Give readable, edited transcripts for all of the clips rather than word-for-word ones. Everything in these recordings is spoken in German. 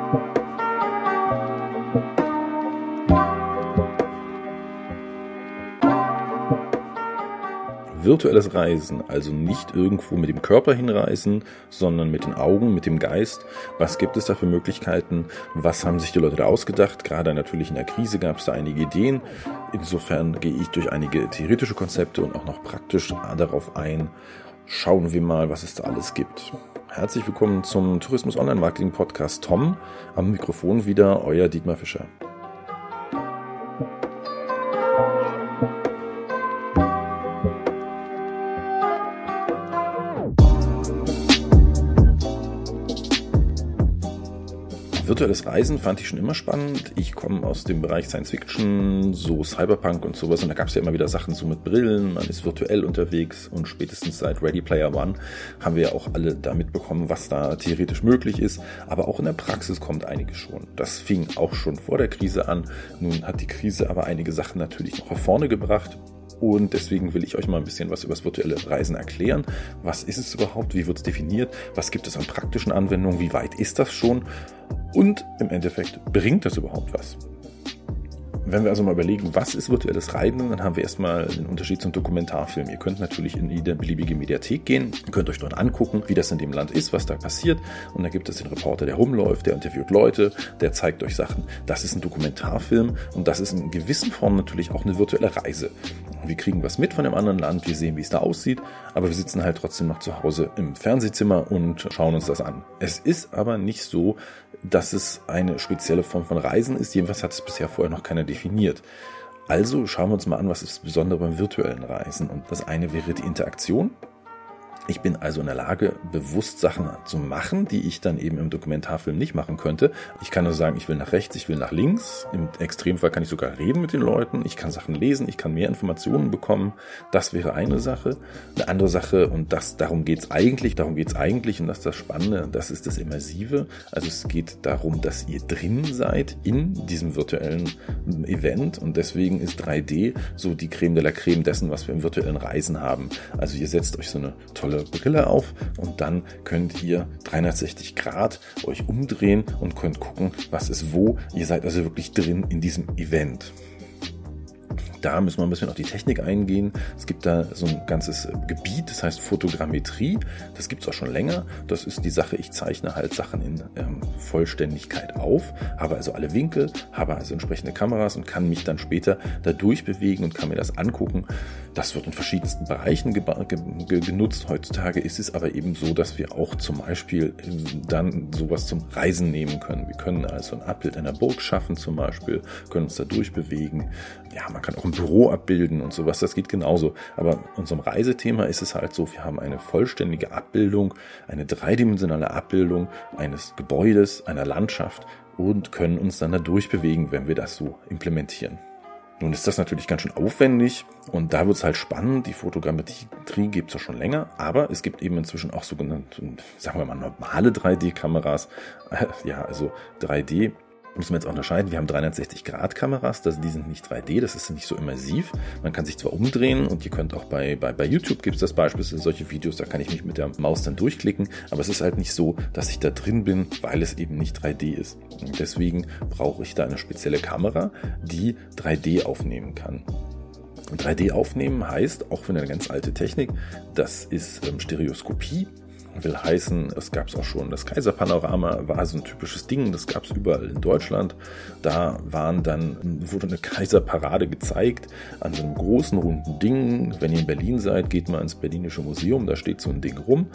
Virtuelles Reisen, also nicht irgendwo mit dem Körper hinreisen, sondern mit den Augen, mit dem Geist. Was gibt es da für Möglichkeiten? Was haben sich die Leute da ausgedacht? Gerade natürlich in der Krise gab es da einige Ideen. Insofern gehe ich durch einige theoretische Konzepte und auch noch praktisch darauf ein. Schauen wir mal, was es da alles gibt. Herzlich willkommen zum Tourismus Online Marketing Podcast Tom. Am Mikrofon wieder euer Dietmar Fischer. Virtuelles Reisen fand ich schon immer spannend. Ich komme aus dem Bereich Science Fiction, so Cyberpunk und sowas. Und da gab es ja immer wieder Sachen so mit Brillen. Man ist virtuell unterwegs. Und spätestens seit Ready Player One haben wir ja auch alle da mitbekommen, was da theoretisch möglich ist. Aber auch in der Praxis kommt einiges schon. Das fing auch schon vor der Krise an. Nun hat die Krise aber einige Sachen natürlich noch nach vorne gebracht. Und deswegen will ich euch mal ein bisschen was über das virtuelle Reisen erklären. Was ist es überhaupt? Wie wird es definiert? Was gibt es an praktischen Anwendungen? Wie weit ist das schon? Und im Endeffekt, bringt das überhaupt was? Wenn wir also mal überlegen, was ist virtuelles Reisen, dann haben wir erstmal den Unterschied zum Dokumentarfilm. Ihr könnt natürlich in jede beliebige Mediathek gehen, könnt euch dort angucken, wie das in dem Land ist, was da passiert. Und da gibt es den Reporter, der rumläuft, der interviewt Leute, der zeigt euch Sachen. Das ist ein Dokumentarfilm und das ist in gewissen Form natürlich auch eine virtuelle Reise. Wir kriegen was mit von einem anderen Land, wir sehen, wie es da aussieht, aber wir sitzen halt trotzdem noch zu Hause im Fernsehzimmer und schauen uns das an. Es ist aber nicht so, dass es eine spezielle Form von Reisen ist. Jedenfalls hat es bisher vorher noch keiner definiert. Also schauen wir uns mal an, was ist das Besondere beim virtuellen Reisen. Und das eine wäre die Interaktion. Ich bin also in der Lage, bewusst Sachen zu machen, die ich dann eben im Dokumentarfilm nicht machen könnte. Ich kann also sagen, ich will nach rechts, ich will nach links. Im Extremfall kann ich sogar reden mit den Leuten. Ich kann Sachen lesen, ich kann mehr Informationen bekommen. Das wäre eine Sache. Eine andere Sache, und darum geht's eigentlich, und das ist das Spannende, das ist das Immersive. Also es geht darum, dass ihr drin seid in diesem virtuellen Event, und deswegen ist 3D so die Creme de la Creme dessen, was wir im virtuellen Reisen haben. Also ihr setzt euch so eine tolle Brille auf und dann könnt ihr 360 Grad euch umdrehen und könnt gucken, was ist wo. Ihr seid also wirklich drin in diesem Event. Da müssen wir ein bisschen auf die Technik eingehen. Es gibt da so ein ganzes Gebiet, das heißt Fotogrammetrie. Das gibt es auch schon länger. Das ist die Sache, ich zeichne halt Sachen in Vollständigkeit auf, habe also alle Winkel, habe also entsprechende Kameras und kann mich dann später da durchbewegen und kann mir das angucken. Das wird in verschiedensten Bereichen genutzt. Heutzutage ist es aber eben so, dass wir auch zum Beispiel dann sowas zum Reisen nehmen können. Wir können also ein Abbild einer Burg schaffen zum Beispiel, können uns da durchbewegen. Ja, man kann auch ein Büro abbilden und sowas, das geht genauso. Aber in unserem Reisethema ist es halt so, wir haben eine vollständige Abbildung, eine dreidimensionale Abbildung eines Gebäudes, einer Landschaft und können uns dann da durchbewegen, wenn wir das so implementieren. Nun ist das natürlich ganz schön aufwendig und da wird es halt spannend. Die Fotogrammetrie gibt es ja schon länger, aber es gibt eben inzwischen auch sogenannte, sagen wir mal, normale 3D-Kameras. Ja, also 3D müssen wir jetzt auch unterscheiden. Wir haben 360-Grad-Kameras, die sind nicht 3D, das ist nicht so immersiv. Man kann sich zwar umdrehen und ihr könnt auch bei YouTube gibt es das beispielsweise solche Videos, da kann ich mich mit der Maus dann durchklicken, aber es ist halt nicht so, dass ich da drin bin, weil es eben nicht 3D ist. Und deswegen brauche ich da eine spezielle Kamera, die 3D aufnehmen kann. Und 3D aufnehmen heißt, auch wenn eine ganz alte Technik, das ist Stereoskopie. Will heißen, es gab es auch schon, das Kaiserpanorama war so ein typisches Ding, das gab es überall in Deutschland. Da wurde eine Kaiserparade gezeigt an so einem großen, runden Ding. Wenn ihr in Berlin seid, geht mal ins Berlinische Museum, da steht so ein Ding rum.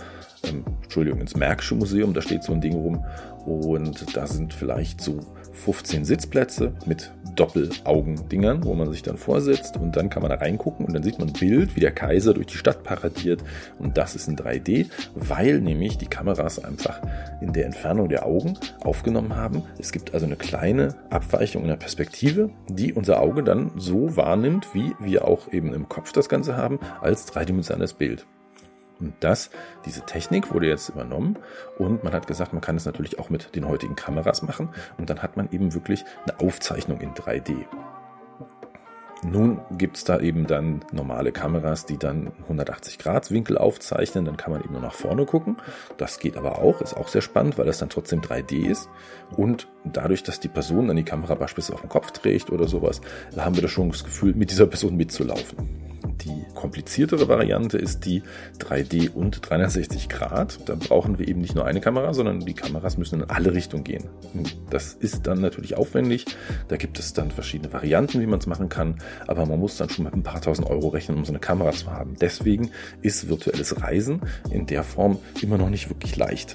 Ins Märkische Museum, da steht so ein Ding rum. Und da sind vielleicht so 15 Sitzplätze mit Doppelaugendingern, wo man sich dann vorsetzt und dann kann man da reingucken und dann sieht man ein Bild, wie der Kaiser durch die Stadt paradiert, und das ist in 3D, weil nämlich die Kameras einfach in der Entfernung der Augen aufgenommen haben. Es gibt also eine kleine Abweichung in der Perspektive, die unser Auge dann so wahrnimmt, wie wir auch eben im Kopf das Ganze haben, als dreidimensionales Bild. Und diese Technik wurde jetzt übernommen und man hat gesagt, man kann es natürlich auch mit den heutigen Kameras machen und dann hat man eben wirklich eine Aufzeichnung in 3D. Nun gibt's da eben dann normale Kameras, die dann 180-Grad-Winkel aufzeichnen. Dann kann man eben nur nach vorne gucken. Das geht aber auch, ist auch sehr spannend, weil das dann trotzdem 3D ist. Und dadurch, dass die Person dann die Kamera beispielsweise auf dem Kopf trägt oder sowas, da haben wir da schon das Gefühl, mit dieser Person mitzulaufen. Die kompliziertere Variante ist die 3D und 360 Grad. Da brauchen wir eben nicht nur eine Kamera, sondern die Kameras müssen in alle Richtungen gehen. Das ist dann natürlich aufwendig. Da gibt es dann verschiedene Varianten, wie man es machen kann. Aber man muss dann schon mit ein paar tausend Euro rechnen, um so eine Kamera zu haben. Deswegen ist virtuelles Reisen in der Form immer noch nicht wirklich leicht.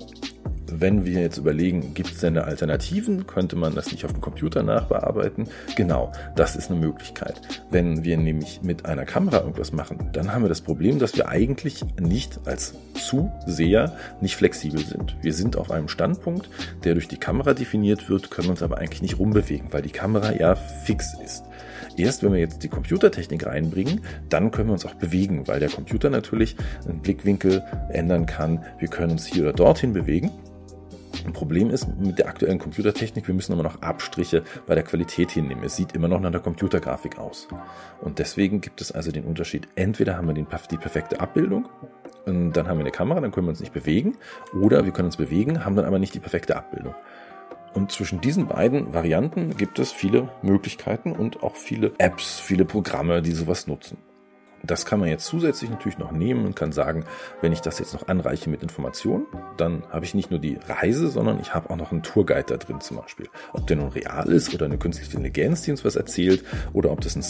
Wenn wir jetzt überlegen, gibt es denn Alternativen? Könnte man das nicht auf dem Computer nachbearbeiten? Genau, das ist eine Möglichkeit. Wenn wir nämlich mit einer Kamera irgendwas machen, dann haben wir das Problem, dass wir eigentlich nicht als Zuseher nicht flexibel sind. Wir sind auf einem Standpunkt, der durch die Kamera definiert wird, können uns aber eigentlich nicht rumbewegen, weil die Kamera ja fix ist. Erst wenn wir jetzt die Computertechnik reinbringen, dann können wir uns auch bewegen, weil der Computer natürlich einen Blickwinkel ändern kann. Wir können uns hier oder dorthin bewegen. Ein Problem ist mit der aktuellen Computertechnik, wir müssen immer noch Abstriche bei der Qualität hinnehmen. Es sieht immer noch nach der Computergrafik aus. Und deswegen gibt es also den Unterschied. Entweder haben wir die perfekte Abbildung, und dann haben wir eine Kamera, dann können wir uns nicht bewegen. Oder wir können uns bewegen, haben dann aber nicht die perfekte Abbildung. Und zwischen diesen beiden Varianten gibt es viele Möglichkeiten und auch viele Apps, viele Programme, die sowas nutzen. Das kann man jetzt zusätzlich natürlich noch nehmen und kann sagen, wenn ich das jetzt noch anreiche mit Informationen, dann habe ich nicht nur die Reise, sondern ich habe auch noch einen Tourguide da drin zum Beispiel. Ob der nun real ist oder eine künstliche Intelligenz, die uns was erzählt, oder ob das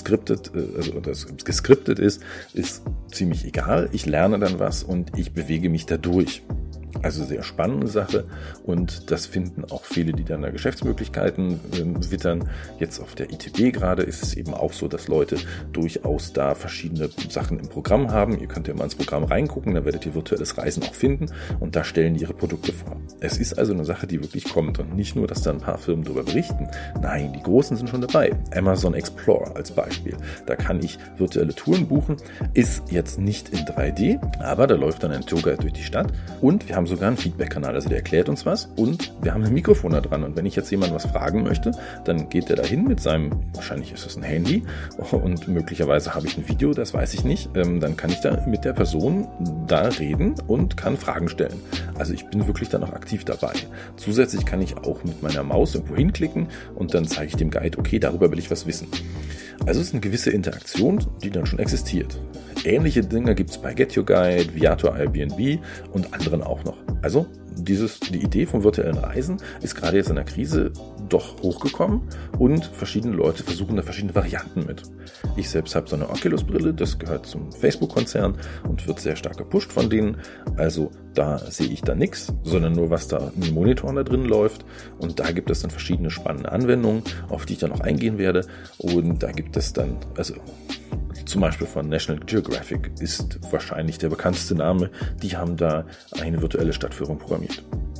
geskriptet ist ziemlich egal. Ich lerne dann was und ich bewege mich dadurch. Also sehr spannende Sache und das finden auch viele, die dann da Geschäftsmöglichkeiten wittern. Jetzt auf der ITB gerade ist es eben auch so, dass Leute durchaus da verschiedene Sachen im Programm haben. Ihr könnt ja mal ins Programm reingucken, da werdet ihr virtuelles Reisen auch finden und da stellen die ihre Produkte vor. Es ist also eine Sache, die wirklich kommt und nicht nur, dass da ein paar Firmen darüber berichten. Nein, die Großen sind schon dabei. Amazon Explorer als Beispiel. Da kann ich virtuelle Touren buchen, ist jetzt nicht in 3D, aber da läuft dann ein Tourguide durch die Stadt und wir haben sogar einen Feedback-Kanal, also der erklärt uns was und wir haben ein Mikrofon da dran und wenn ich jetzt jemanden was fragen möchte, dann geht der dahin mit seinem, wahrscheinlich ist es ein Handy und möglicherweise habe ich ein Video, das weiß ich nicht, dann kann ich da mit der Person da reden und kann Fragen stellen. Also ich bin wirklich dann auch aktiv dabei. Zusätzlich kann ich auch mit meiner Maus irgendwo hinklicken und dann zeige ich dem Guide, okay, darüber will ich was wissen. Also es ist eine gewisse Interaktion, die dann schon existiert. Ähnliche Dinge gibt es bei Get Your Guide, Viator, Airbnb und anderen auch noch. Also die Idee vom virtuellen Reisen ist gerade jetzt in der Krise doch hochgekommen und verschiedene Leute versuchen da verschiedene Varianten mit. Ich selbst habe so eine Oculus-Brille, das gehört zum Facebook-Konzern und wird sehr stark gepusht von denen. Also da sehe ich da nichts, sondern nur was da in den Monitoren da drin läuft und da gibt es dann verschiedene spannende Anwendungen, auf die ich dann noch eingehen werde und da gibt es dann, also zum Beispiel von National Geographic ist wahrscheinlich der bekannteste Name. Die haben da eine virtuelle Stadtführung programmiert.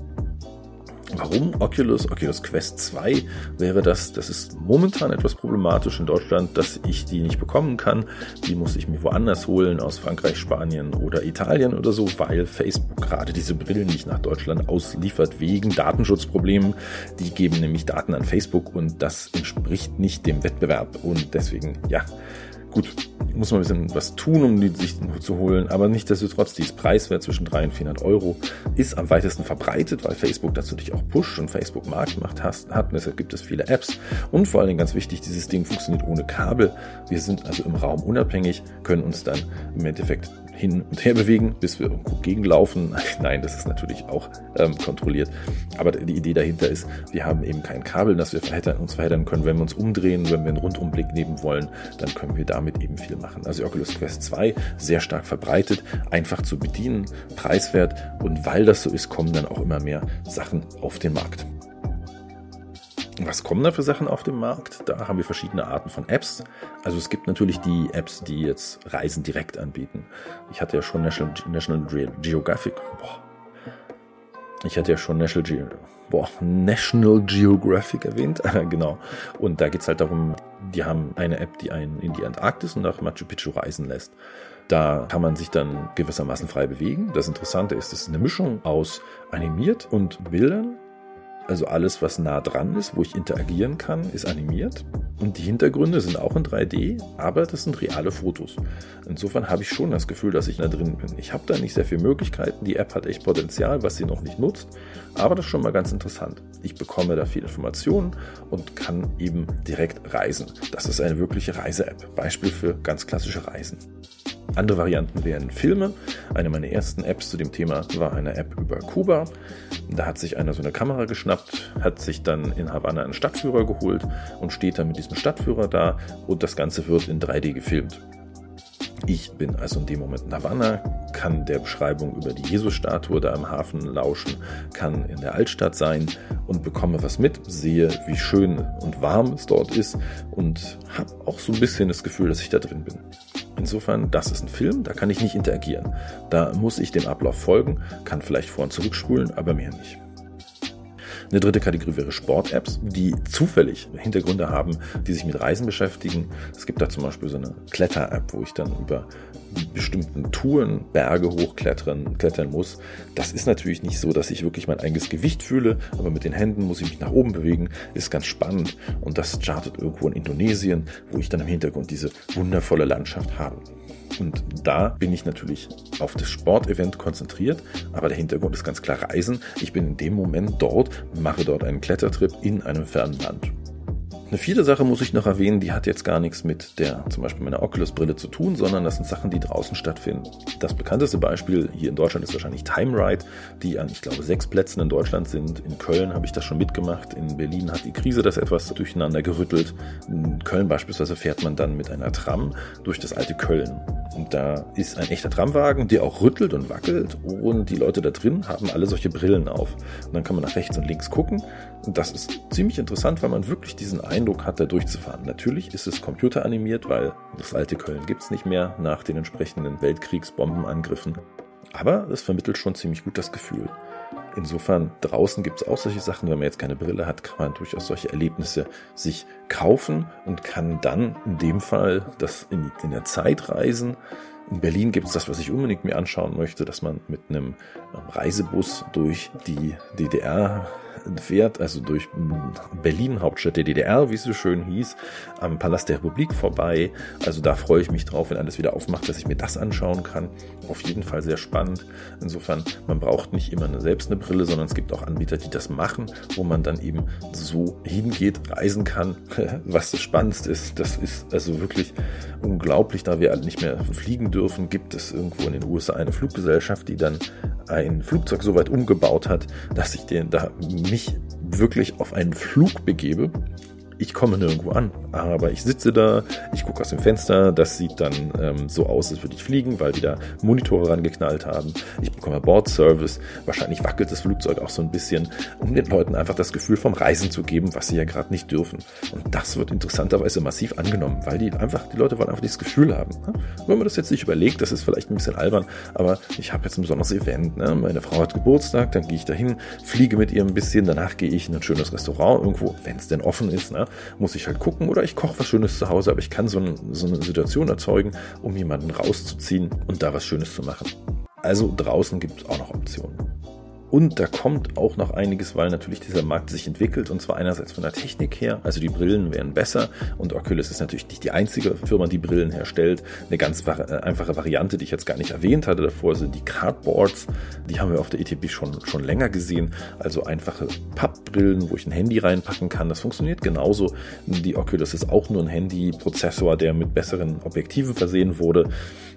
Warum Oculus Quest 2 wäre das? Das ist momentan etwas problematisch in Deutschland, dass ich die nicht bekommen kann. Die muss ich mir woanders holen, aus Frankreich, Spanien oder Italien oder so, weil Facebook gerade diese Brillen nicht nach Deutschland ausliefert wegen Datenschutzproblemen. Die geben nämlich Daten an Facebook und das entspricht nicht dem Wettbewerb und deswegen, ja, gut, muss man ein bisschen was tun, um die sich zu holen, aber nichtsdestotrotz, die ist preiswert zwischen 300 und 400 Euro, ist am weitesten verbreitet, weil Facebook dazu dich auch pusht und Facebook Marktmacht hat, und deshalb gibt es viele Apps und vor allen Dingen ganz wichtig, dieses Ding funktioniert ohne Kabel. Wir sind also im Raum unabhängig, können uns dann im Endeffekt hin und her bewegen, bis wir irgendwo gegenlaufen. Nein, das ist natürlich auch kontrolliert. Aber die Idee dahinter ist, wir haben eben kein Kabel, das wir uns verheddern können. Wenn wir uns umdrehen, wenn wir einen Rundumblick nehmen wollen, dann können wir damit eben viel machen. Also Oculus Quest 2, sehr stark verbreitet, einfach zu bedienen, preiswert und weil das so ist, kommen dann auch immer mehr Sachen auf den Markt. Was kommen da für Sachen auf den Markt? Da haben wir verschiedene Arten von Apps. Also es gibt natürlich die Apps, die jetzt Reisen direkt anbieten. Ich hatte ja schon National Geographic. National Geographic erwähnt. Genau. Und da geht's halt darum, die haben eine App, die einen in die Antarktis und nach Machu Picchu reisen lässt. Da kann man sich dann gewissermaßen frei bewegen. Das Interessante ist, es ist eine Mischung aus animiert und Bildern. Also alles, was nah dran ist, wo ich interagieren kann, ist animiert. Und die Hintergründe sind auch in 3D, aber das sind reale Fotos. Insofern habe ich schon das Gefühl, dass ich da drin bin. Ich habe da nicht sehr viele Möglichkeiten. Die App hat echt Potenzial, was sie noch nicht nutzt. Aber das ist schon mal ganz interessant. Ich bekomme da viel Informationen und kann eben direkt reisen. Das ist eine wirkliche Reise-App. Beispiel für ganz klassische Reisen. Andere Varianten wären Filme. Eine meiner ersten Apps zu dem Thema war eine App über Kuba. Da hat sich einer so eine Kamera geschnappt, hat sich dann in Havanna einen Stadtführer geholt und steht dann mit diesem Stadtführer da und das Ganze wird in 3D gefilmt. Ich bin also in dem Moment in Havanna, kann der Beschreibung über die Jesus-Statue da im Hafen lauschen, kann in der Altstadt sein und bekomme was mit, sehe, wie schön und warm es dort ist und habe auch so ein bisschen das Gefühl, dass ich da drin bin. Insofern, das ist ein Film, da kann ich nicht interagieren. Da muss ich dem Ablauf folgen, kann vielleicht vor- und zurückspulen, aber mehr nicht. Eine dritte Kategorie wäre Sport-Apps, die zufällig Hintergründe haben, die sich mit Reisen beschäftigen. Es gibt da zum Beispiel so eine Kletter-App, wo ich dann über bestimmten Touren Berge hochklettern muss. Das ist natürlich nicht so, dass ich wirklich mein eigenes Gewicht fühle, aber mit den Händen muss ich mich nach oben bewegen, ist ganz spannend. Und das startet irgendwo in Indonesien, wo ich dann im Hintergrund diese wundervolle Landschaft habe. Und da bin ich natürlich auf das Sportevent konzentriert, aber der Hintergrund ist ganz klar Reisen. Ich bin in dem Moment dort, mache dort einen Klettertrip in einem fernen Land. Eine vierte Sache muss ich noch erwähnen, die hat jetzt gar nichts mit der zum Beispiel meiner Oculus-Brille zu tun, sondern das sind Sachen, die draußen stattfinden. Das bekannteste Beispiel hier in Deutschland ist wahrscheinlich Time Ride, die an, ich glaube, 6 Plätzen in Deutschland sind. In Köln habe ich das schon mitgemacht. In Berlin hat die Krise das etwas durcheinander gerüttelt. In Köln beispielsweise fährt man dann mit einer Tram durch das alte Köln. Und da ist ein echter Tramwagen, der auch rüttelt und wackelt und die Leute da drin haben alle solche Brillen auf. Und dann kann man nach rechts und links gucken und das ist ziemlich interessant, weil man wirklich diesen Eindruck hat, da durchzufahren. Natürlich ist es computeranimiert, weil das alte Köln gibt's nicht mehr nach den entsprechenden Weltkriegsbombenangriffen. Aber es vermittelt schon ziemlich gut das Gefühl. Insofern, draußen gibt es auch solche Sachen, wenn man jetzt keine Brille hat, kann man durchaus solche Erlebnisse sich kaufen und kann dann in dem Fall das in der Zeit reisen. In Berlin gibt es das, was ich unbedingt mir anschauen möchte, dass man mit einem Reisebus durch die DDR fährt, also durch Berlin, Hauptstadt der DDR, wie es so schön hieß, am Palast der Republik vorbei. Also da freue ich mich drauf, wenn alles wieder aufmacht, dass ich mir das anschauen kann. Auf jeden Fall sehr spannend. Insofern, man braucht nicht immer selbst eine Brille, sondern es gibt auch Anbieter, die das machen, wo man dann eben so hingeht, reisen kann. Was das Spannendste ist, das ist also wirklich unglaublich, da wir alle nicht mehr fliegen dürfen, gibt es irgendwo in den USA eine Fluggesellschaft, die dann ein Flugzeug so weit umgebaut hat, dass ich mich wirklich auf einen Flug begebe. Ich komme nirgendwo an, aber ich sitze da, ich gucke aus dem Fenster, das sieht dann so aus, als würde ich fliegen, weil die da Monitore rangeknallt haben. Ich bekomme Bordservice, wahrscheinlich wackelt das Flugzeug auch so ein bisschen, um den Leuten einfach das Gefühl vom Reisen zu geben, was sie ja gerade nicht dürfen. Und das wird interessanterweise massiv angenommen, weil die Leute wollen einfach dieses Gefühl haben. Wenn man das jetzt nicht überlegt, das ist vielleicht ein bisschen albern, aber ich habe jetzt ein besonderes Event. Meine Frau hat Geburtstag, dann gehe ich dahin, fliege mit ihr ein bisschen, danach gehe ich in ein schönes Restaurant irgendwo, wenn es denn offen ist, muss ich halt gucken oder ich koche was Schönes zu Hause, aber ich kann so eine Situation erzeugen, um jemanden rauszuziehen und da was Schönes zu machen. Also draußen gibt es auch noch Optionen. Und da kommt auch noch einiges, weil natürlich dieser Markt sich entwickelt und zwar einerseits von der Technik her, also die Brillen werden besser und Oculus ist natürlich nicht die einzige Firma, die Brillen herstellt. Eine ganz einfache Variante, die ich jetzt gar nicht erwähnt hatte davor, sind die Cardboards. Die haben wir auf der ETB schon länger gesehen, also einfache Pappbrillen, wo ich ein Handy reinpacken kann. Das funktioniert genauso. Die Oculus ist auch nur ein Handyprozessor, der mit besseren Objektiven versehen wurde.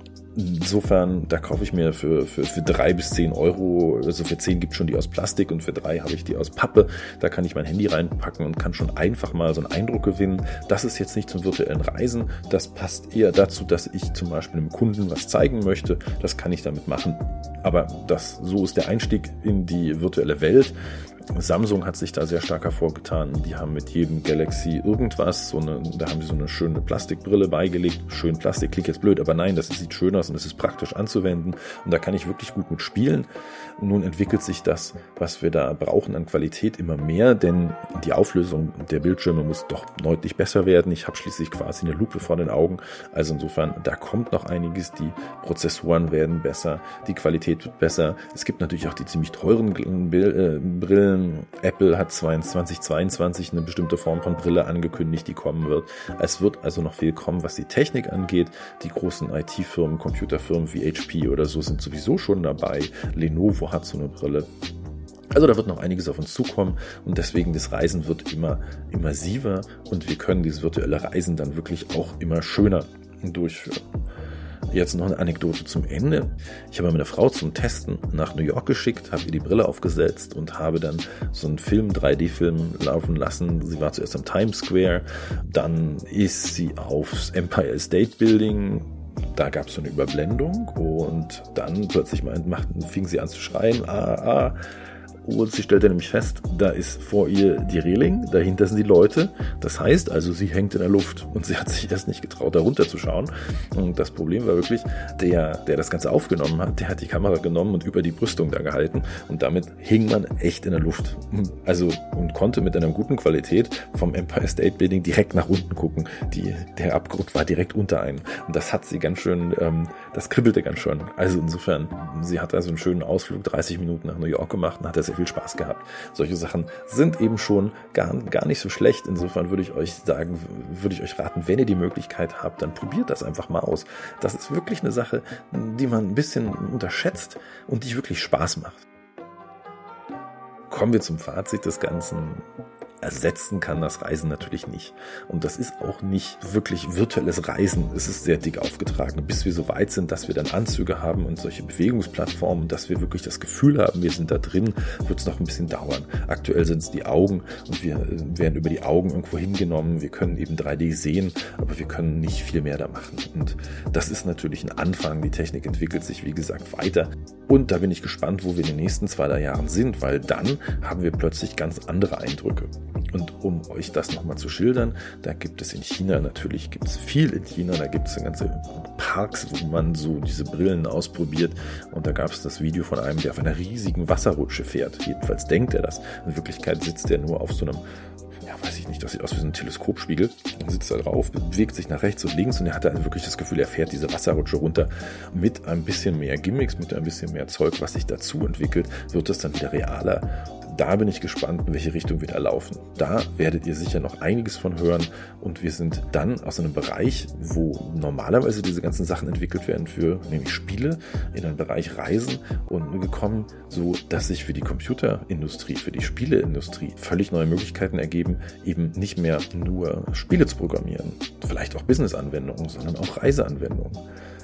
Insofern, da kaufe ich mir für 3 bis 10 Euro, also für 10 gibt es schon die aus Plastik und für 3 habe ich die aus Pappe. Da kann ich mein Handy reinpacken und kann schon einfach mal so einen Eindruck gewinnen. Das ist jetzt nicht zum virtuellen Reisen, das passt eher dazu, dass ich zum Beispiel einem Kunden was zeigen möchte. Das kann ich damit machen. Aber so ist der Einstieg in die virtuelle Welt. Samsung hat sich da sehr stark hervorgetan. Die haben mit jedem Galaxy irgendwas, da haben sie so eine schöne Plastikbrille beigelegt. Schön Plastik, klingt jetzt blöd, aber nein, das sieht schön aus und es ist praktisch anzuwenden. Und da kann ich wirklich gut mit spielen. Nun entwickelt sich das, was wir da brauchen an Qualität immer mehr, denn die Auflösung der Bildschirme muss doch deutlich besser werden. Ich habe schließlich quasi eine Lupe vor den Augen. Also insofern, da kommt noch einiges. Die Prozessoren werden besser, die Qualität wird besser. Es gibt natürlich auch die ziemlich teuren Brillen, Brillen. Apple hat 2022 eine bestimmte Form von Brille angekündigt, die kommen wird. Es wird also noch viel kommen, was die Technik angeht. Die großen IT-Firmen, Computerfirmen wie HP oder so sind sowieso schon dabei. Lenovo hat so eine Brille. Also da wird noch einiges auf uns zukommen und deswegen das Reisen wird immer immersiver und wir können dieses virtuelle Reisen dann wirklich auch immer schöner durchführen. Jetzt noch eine Anekdote zum Ende. Ich habe meine Frau zum Testen nach New York geschickt, habe ihr die Brille aufgesetzt und habe dann so einen 3D-Film laufen lassen. Sie war zuerst am Times Square, dann ist sie aufs Empire State Building. Da gab es so eine Überblendung und dann plötzlich fing sie an zu schreien, Und sie stellte nämlich fest, da ist vor ihr die Reling, dahinter sind die Leute. Das heißt also, sie hängt in der Luft und sie hat sich erst nicht getraut, da runter zu schauen. Und das Problem war wirklich, der das Ganze aufgenommen hat, der hat die Kamera genommen und über die Brüstung da gehalten und damit hing man echt in der Luft. Also und konnte mit einer guten Qualität vom Empire State Building direkt nach unten gucken. Der Abgrund war direkt unter einem. Und das hat sie ganz schön, das kribbelte ganz schön. Also insofern, sie hat also einen schönen Ausflug, 30 Minuten nach New York gemacht und hat sehr viel Spaß gehabt. Solche Sachen sind eben schon gar nicht so schlecht. Insofern würde ich euch raten, wenn ihr die Möglichkeit habt, dann probiert das einfach mal aus. Das ist wirklich eine Sache, die man ein bisschen unterschätzt und die wirklich Spaß macht. Kommen wir zum Fazit des Ganzen. Ersetzen kann das Reisen natürlich nicht. Und das ist auch nicht wirklich virtuelles Reisen. Es ist sehr dick aufgetragen. Bis wir so weit sind, dass wir dann Anzüge haben und solche Bewegungsplattformen, dass wir wirklich das Gefühl haben, wir sind da drin, wird es noch ein bisschen dauern. Aktuell sind es die Augen und wir werden über die Augen irgendwo hingenommen. Wir können eben 3D sehen, aber wir können nicht viel mehr da machen. Und das ist natürlich ein Anfang. Die Technik entwickelt sich, wie gesagt, weiter. Und da bin ich gespannt, wo wir in den nächsten 2-3 Jahren sind, weil dann haben wir plötzlich ganz andere Eindrücke. Und um euch das nochmal zu schildern, da gibt es in China, natürlich gibt es viel in China, da gibt es ganze Parks, wo man so diese Brillen ausprobiert und da gab es das Video von einem, der auf einer riesigen Wasserrutsche fährt. Jedenfalls denkt er das. In Wirklichkeit sitzt er nur auf so einem, weiß ich nicht, das sieht aus wie so ein Teleskopspiegel. Dann sitzt er drauf, bewegt sich nach rechts und links und er hatte also wirklich das Gefühl, er fährt diese Wasserrutsche runter. Mit ein bisschen mehr Gimmicks, mit ein bisschen mehr Zeug, was sich dazu entwickelt, wird es dann wieder realer. Da bin ich gespannt, in welche Richtung wir da laufen. Da werdet ihr sicher noch einiges von hören und wir sind dann aus einem Bereich, wo normalerweise diese ganzen Sachen entwickelt werden für, nämlich Spiele, in einen Bereich Reisen und gekommen, so dass sich für die Computerindustrie, für die Spieleindustrie völlig neue Möglichkeiten ergeben, eben nicht mehr nur Spiele zu programmieren, vielleicht auch Business-Anwendungen, sondern auch Reiseanwendungen.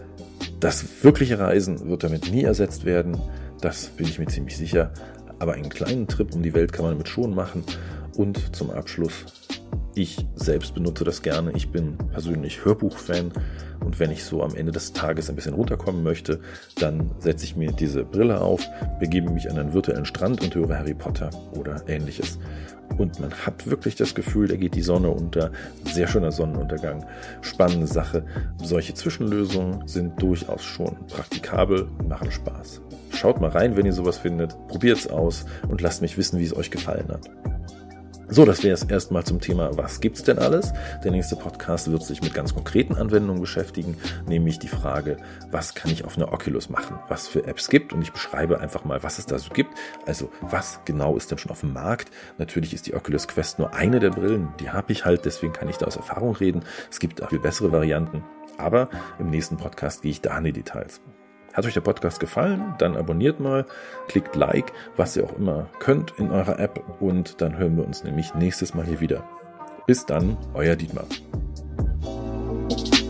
Das wirkliche Reisen wird damit nie ersetzt werden, das bin ich mir ziemlich sicher. Aber einen kleinen Trip um die Welt kann man damit schon machen. Und zum Abschluss, ich selbst benutze das gerne. Ich bin persönlich Hörbuchfan und wenn ich so am Ende des Tages ein bisschen runterkommen möchte, dann setze ich mir diese Brille auf, begebe mich an einen virtuellen Strand und höre Harry Potter oder ähnliches. Und man hat wirklich das Gefühl, da geht die Sonne unter. Sehr schöner Sonnenuntergang. Spannende Sache. Solche Zwischenlösungen sind durchaus schon praktikabel und machen Spaß. Schaut mal rein, wenn ihr sowas findet. Probiert es aus und lasst mich wissen, wie es euch gefallen hat. So, das wäre es erstmal zum Thema, was gibt's denn alles? Der nächste Podcast wird sich mit ganz konkreten Anwendungen beschäftigen, nämlich die Frage, was kann ich auf einer Oculus machen, was für Apps gibt und ich beschreibe einfach mal, was es da so gibt. Also, was genau ist denn schon auf dem Markt? Natürlich ist die Oculus Quest nur eine der Brillen, die habe ich halt, deswegen kann ich da aus Erfahrung reden. Es gibt auch viel bessere Varianten, aber im nächsten Podcast gehe ich da in die Details. Hat euch der Podcast gefallen? Dann abonniert mal, klickt Like, was ihr auch immer könnt in eurer App und dann hören wir uns nämlich nächstes Mal hier wieder. Bis dann, euer Dietmar.